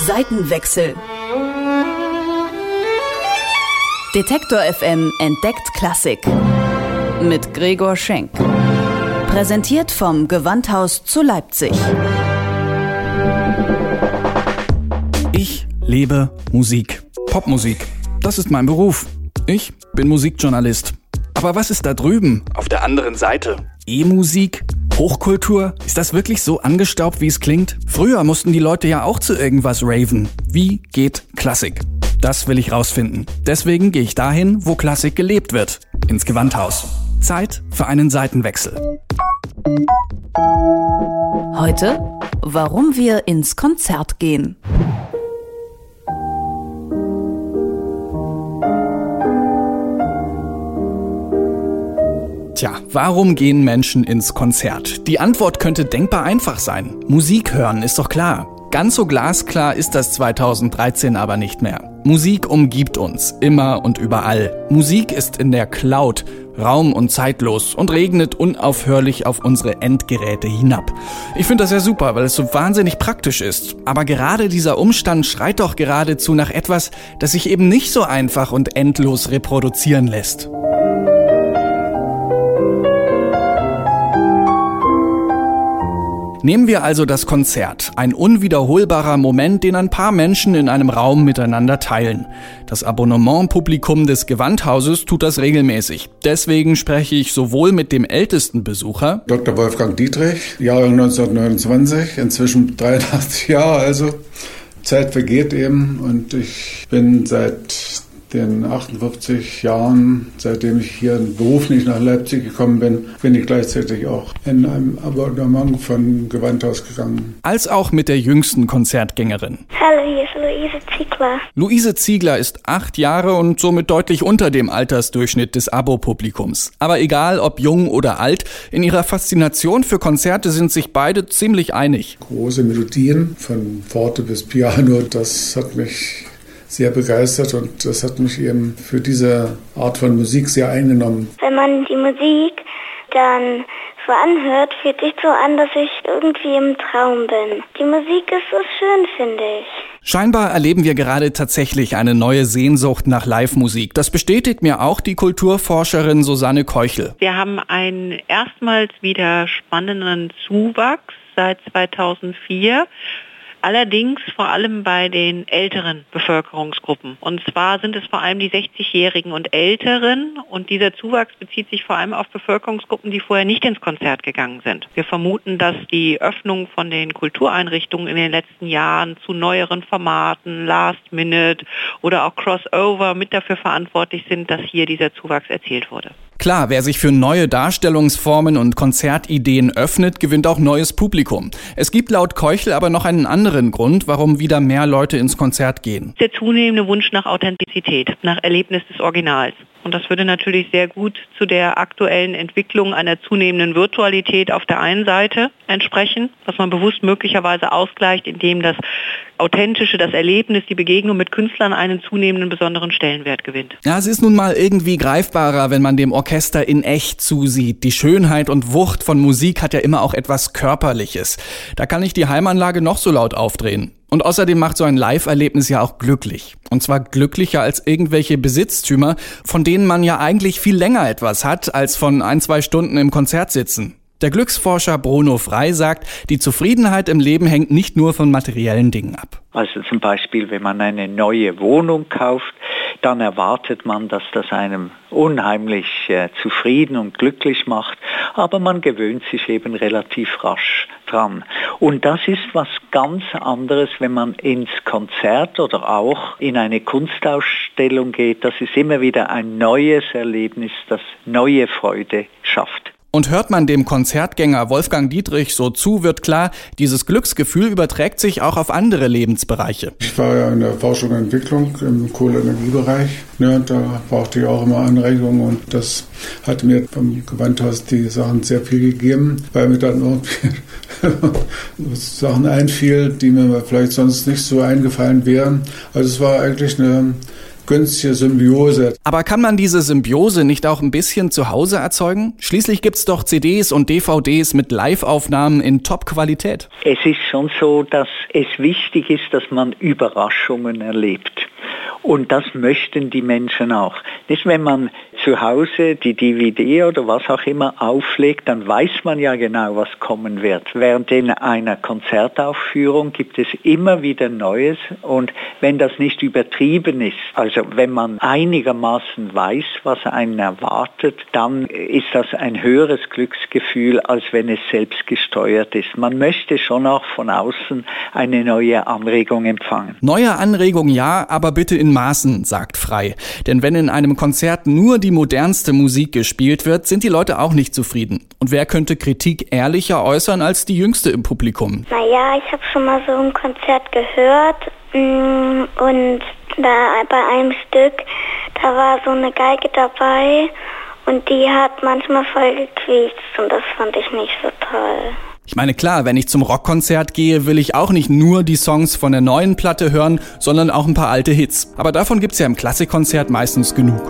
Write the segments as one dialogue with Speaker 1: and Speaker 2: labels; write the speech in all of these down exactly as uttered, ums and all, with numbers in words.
Speaker 1: Seitenwechsel. Detektor F M entdeckt Klassik. Mit Gregor Schenk. Präsentiert vom Gewandhaus zu Leipzig.
Speaker 2: Ich lebe Musik. Popmusik. Das ist mein Beruf. Ich bin Musikjournalist. Aber was ist da drüben? Auf der anderen Seite. E-Musik? Hochkultur? Ist das wirklich so angestaubt, wie es klingt? Früher mussten die Leute ja auch zu irgendwas raven. Wie geht Klassik? Das will ich rausfinden. Deswegen gehe ich dahin, wo Klassik gelebt wird. Ins Gewandhaus. Zeit für einen Seitenwechsel.
Speaker 1: Heute, warum wir ins Konzert gehen.
Speaker 2: Tja, warum gehen Menschen ins Konzert? Die Antwort könnte denkbar einfach sein. Musik hören ist doch klar. Ganz so glasklar ist das zweitausenddreizehn aber nicht mehr. Musik umgibt uns, immer und überall. Musik ist in der Cloud, raum- und zeitlos und regnet unaufhörlich auf unsere Endgeräte hinab. Ich finde das ja super, weil es so wahnsinnig praktisch ist. Aber gerade dieser Umstand schreit doch geradezu nach etwas, das sich eben nicht so einfach und endlos reproduzieren lässt. Nehmen wir also das Konzert, ein unwiederholbarer Moment, den ein paar Menschen in einem Raum miteinander teilen. Das Abonnement-Publikum des Gewandhauses tut das regelmäßig. Deswegen spreche ich sowohl mit dem ältesten Besucher,
Speaker 3: Doktor Wolfgang Dietrich, Jahrgang neunzehnhundertneunundzwanzig, inzwischen dreiundachtzig Jahre, also Zeit vergeht eben, und ich bin seit den achtundfünfzig Jahren, seitdem ich hier beruflich nach Leipzig gekommen bin, bin ich gleichzeitig auch in einem Abonnement von Gewandhaus gegangen.
Speaker 2: Als auch mit der jüngsten Konzertgängerin.
Speaker 4: Hallo, hier ist Luise Ziegler.
Speaker 2: Luise Ziegler ist acht Jahre und somit deutlich unter dem Altersdurchschnitt des Abo-Publikums. Aber egal, ob jung oder alt, in ihrer Faszination für Konzerte sind sich beide ziemlich einig.
Speaker 3: Große Melodien, von Forte bis Piano, das hat mich sehr begeistert und das hat mich eben für diese Art von Musik sehr eingenommen.
Speaker 4: Wenn man die Musik dann so anhört, fühlt sich so an, dass ich irgendwie im Traum bin. Die Musik ist so schön, finde ich.
Speaker 2: Scheinbar erleben wir gerade tatsächlich eine neue Sehnsucht nach Live-Musik. Das bestätigt mir auch die Kulturforscherin Susanne Keuchel.
Speaker 5: Wir haben einen erstmals wieder spannenden Zuwachs seit zweitausendvier. Allerdings vor allem bei den älteren Bevölkerungsgruppen. Und zwar sind es vor allem die sechzigjährigen und Älteren. Und dieser Zuwachs bezieht sich vor allem auf Bevölkerungsgruppen, die vorher nicht ins Konzert gegangen sind. Wir vermuten, dass die Öffnung von den Kultureinrichtungen in den letzten Jahren zu neueren Formaten, Last Minute oder auch Crossover mit dafür verantwortlich sind, dass hier dieser Zuwachs erzielt wurde.
Speaker 2: Klar, wer sich für neue Darstellungsformen und Konzertideen öffnet, gewinnt auch neues Publikum. Es gibt laut Keuchel aber noch einen anderen Grund, warum wieder mehr Leute ins Konzert gehen.
Speaker 5: Der zunehmende Wunsch nach Authentizität, nach Erlebnis des Originals. Und das würde natürlich sehr gut zu der aktuellen Entwicklung einer zunehmenden Virtualität auf der einen Seite entsprechen, was man bewusst möglicherweise ausgleicht, indem das Authentische, das Erlebnis, die Begegnung mit Künstlern einen zunehmenden besonderen Stellenwert gewinnt.
Speaker 2: Ja, es ist nun mal irgendwie greifbarer, wenn man dem Orchester in echt zusieht. Die Schönheit und Wucht von Musik hat ja immer auch etwas Körperliches. Da kann ich die Heimanlage noch so laut aufdrehen. Und außerdem macht so ein Live-Erlebnis ja auch glücklich. Und zwar glücklicher als irgendwelche Besitztümer, von denen man ja eigentlich viel länger etwas hat, als von ein, zwei Stunden im Konzert sitzen. Der Glücksforscher Bruno Frey sagt, die Zufriedenheit im Leben hängt nicht nur von materiellen Dingen ab.
Speaker 6: Also zum Beispiel, wenn man eine neue Wohnung kauft, dann erwartet man, dass das einem unheimlich äh, zufrieden und glücklich macht, aber man gewöhnt sich eben relativ rasch dran. Und das ist was ganz anderes, wenn man ins Konzert oder auch in eine Kunstausstellung geht. Das ist immer wieder ein neues Erlebnis, das neue Freude schafft.
Speaker 2: Und hört man dem Konzertgänger Wolfgang Dietrich so zu, wird klar, dieses Glücksgefühl überträgt sich auch auf andere Lebensbereiche.
Speaker 3: Ich war ja in der Forschung und Entwicklung im Kohleenergiebereich. Ja, da brauchte ich auch immer Anregungen und das hat mir vom Gewandhaus die Sachen sehr viel gegeben, weil mir dann irgendwie Sachen einfiel, die mir vielleicht sonst nicht so eingefallen wären. Also es war eigentlich eine günstige Symbiose.
Speaker 2: Aber kann man diese Symbiose nicht auch ein bisschen zu Hause erzeugen? Schließlich gibt's doch C Ds und D V Ds mit Live-Aufnahmen in Top-Qualität.
Speaker 6: Es ist schon so, dass es wichtig ist, dass man Überraschungen erlebt. Und das möchten die Menschen auch. Nicht, wenn man zu Hause die D V D oder was auch immer auflegt, dann weiß man ja genau, was kommen wird. Während in einer Konzertaufführung gibt es immer wieder Neues. Und wenn das nicht übertrieben ist, also wenn man einigermaßen weiß, was einen erwartet, dann ist das ein höheres Glücksgefühl, als wenn es selbst gesteuert ist. Man möchte schon auch von außen eine neue Anregung empfangen.
Speaker 2: Neue Anregung ja, aber bitte in Maßen, sagt Frey. Denn wenn in einem Konzert nur die modernste Musik gespielt wird, sind die Leute auch nicht zufrieden. Und wer könnte Kritik ehrlicher äußern als die Jüngste im Publikum?
Speaker 4: Naja, ich habe schon mal so ein Konzert gehört und da bei einem Stück, da war so eine Geige dabei und die hat manchmal voll gequietscht und das fand ich nicht so toll.
Speaker 2: Ich meine, klar, wenn ich zum Rockkonzert gehe, will ich auch nicht nur die Songs von der neuen Platte hören, sondern auch ein paar alte Hits. Aber davon gibt's ja im Klassikkonzert meistens genug.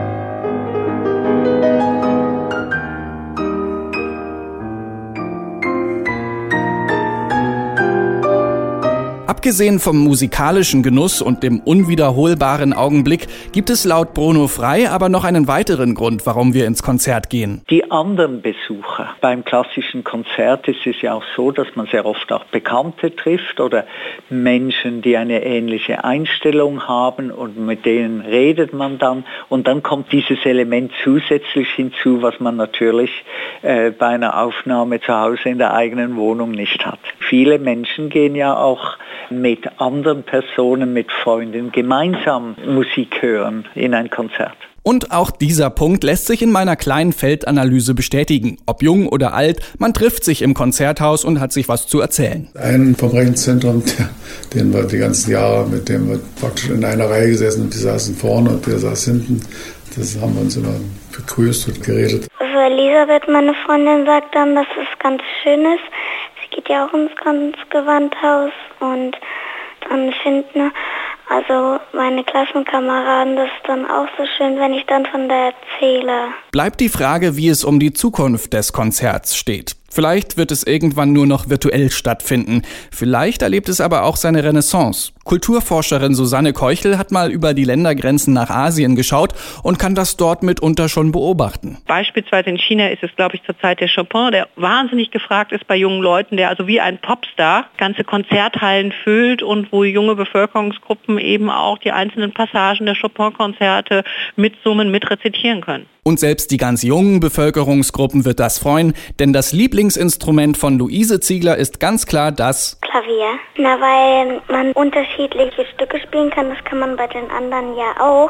Speaker 2: Abgesehen vom musikalischen Genuss und dem unwiederholbaren Augenblick gibt es laut Bruno Frey aber noch einen weiteren Grund, warum wir ins Konzert gehen.
Speaker 6: Die anderen Besucher. Beim klassischen Konzert ist es ja auch so, dass man sehr oft auch Bekannte trifft oder Menschen, die eine ähnliche Einstellung haben und mit denen redet man dann. Und dann kommt dieses Element zusätzlich hinzu, was man natürlich äh, bei einer Aufnahme zu Hause in der eigenen Wohnung nicht hat. Viele Menschen gehen ja auch mit anderen Personen, mit Freunden gemeinsam Musik hören in ein Konzert.
Speaker 2: Und auch dieser Punkt lässt sich in meiner kleinen Feldanalyse bestätigen. Ob jung oder alt, man trifft sich im Konzerthaus und hat sich was zu erzählen.
Speaker 3: Einen vom Rechenzentrum, den wir die ganzen Jahre, mit dem wir praktisch in einer Reihe gesessen und die saßen vorne und der saß hinten. Das haben wir uns immer begrüßt und geredet.
Speaker 4: Also Elisabeth, meine Freundin, sagt dann, dass es ganz schön ist. Sie geht ja auch ins Gewandhaus und dann finden also meine Klassenkameraden das dann auch so schön, wenn ich dann von der erzähle.
Speaker 2: Bleibt die Frage, wie es um die Zukunft des Konzerts steht. Vielleicht wird es irgendwann nur noch virtuell stattfinden. Vielleicht erlebt es aber auch seine Renaissance. Kulturforscherin Susanne Keuchel hat mal über die Ländergrenzen nach Asien geschaut und kann das dort mitunter schon beobachten.
Speaker 5: Beispielsweise in China ist es, glaube ich, zurzeit der Chopin, der wahnsinnig gefragt ist bei jungen Leuten, der also wie ein Popstar ganze Konzerthallen füllt und wo junge Bevölkerungsgruppen eben auch die einzelnen Passagen der Chopin-Konzerte mitsummen, mitrezitieren können.
Speaker 2: Und selbst die ganz jungen Bevölkerungsgruppen wird das freuen, denn das Lieblingsinstrument von Luise Ziegler ist ganz klar das
Speaker 4: Klavier. Na, weil man unterschiedliche Stücke spielen kann, das kann man bei den anderen ja auch,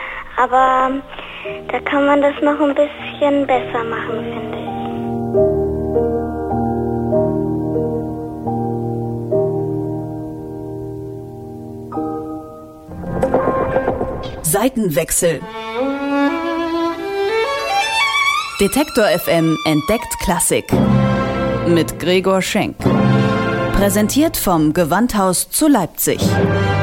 Speaker 4: aber da kann man das noch ein bisschen besser machen, finde
Speaker 1: ich. Seitenwechsel. Detektor F M entdeckt Klassik mit Gregor Schenk. Präsentiert vom Gewandhaus zu Leipzig.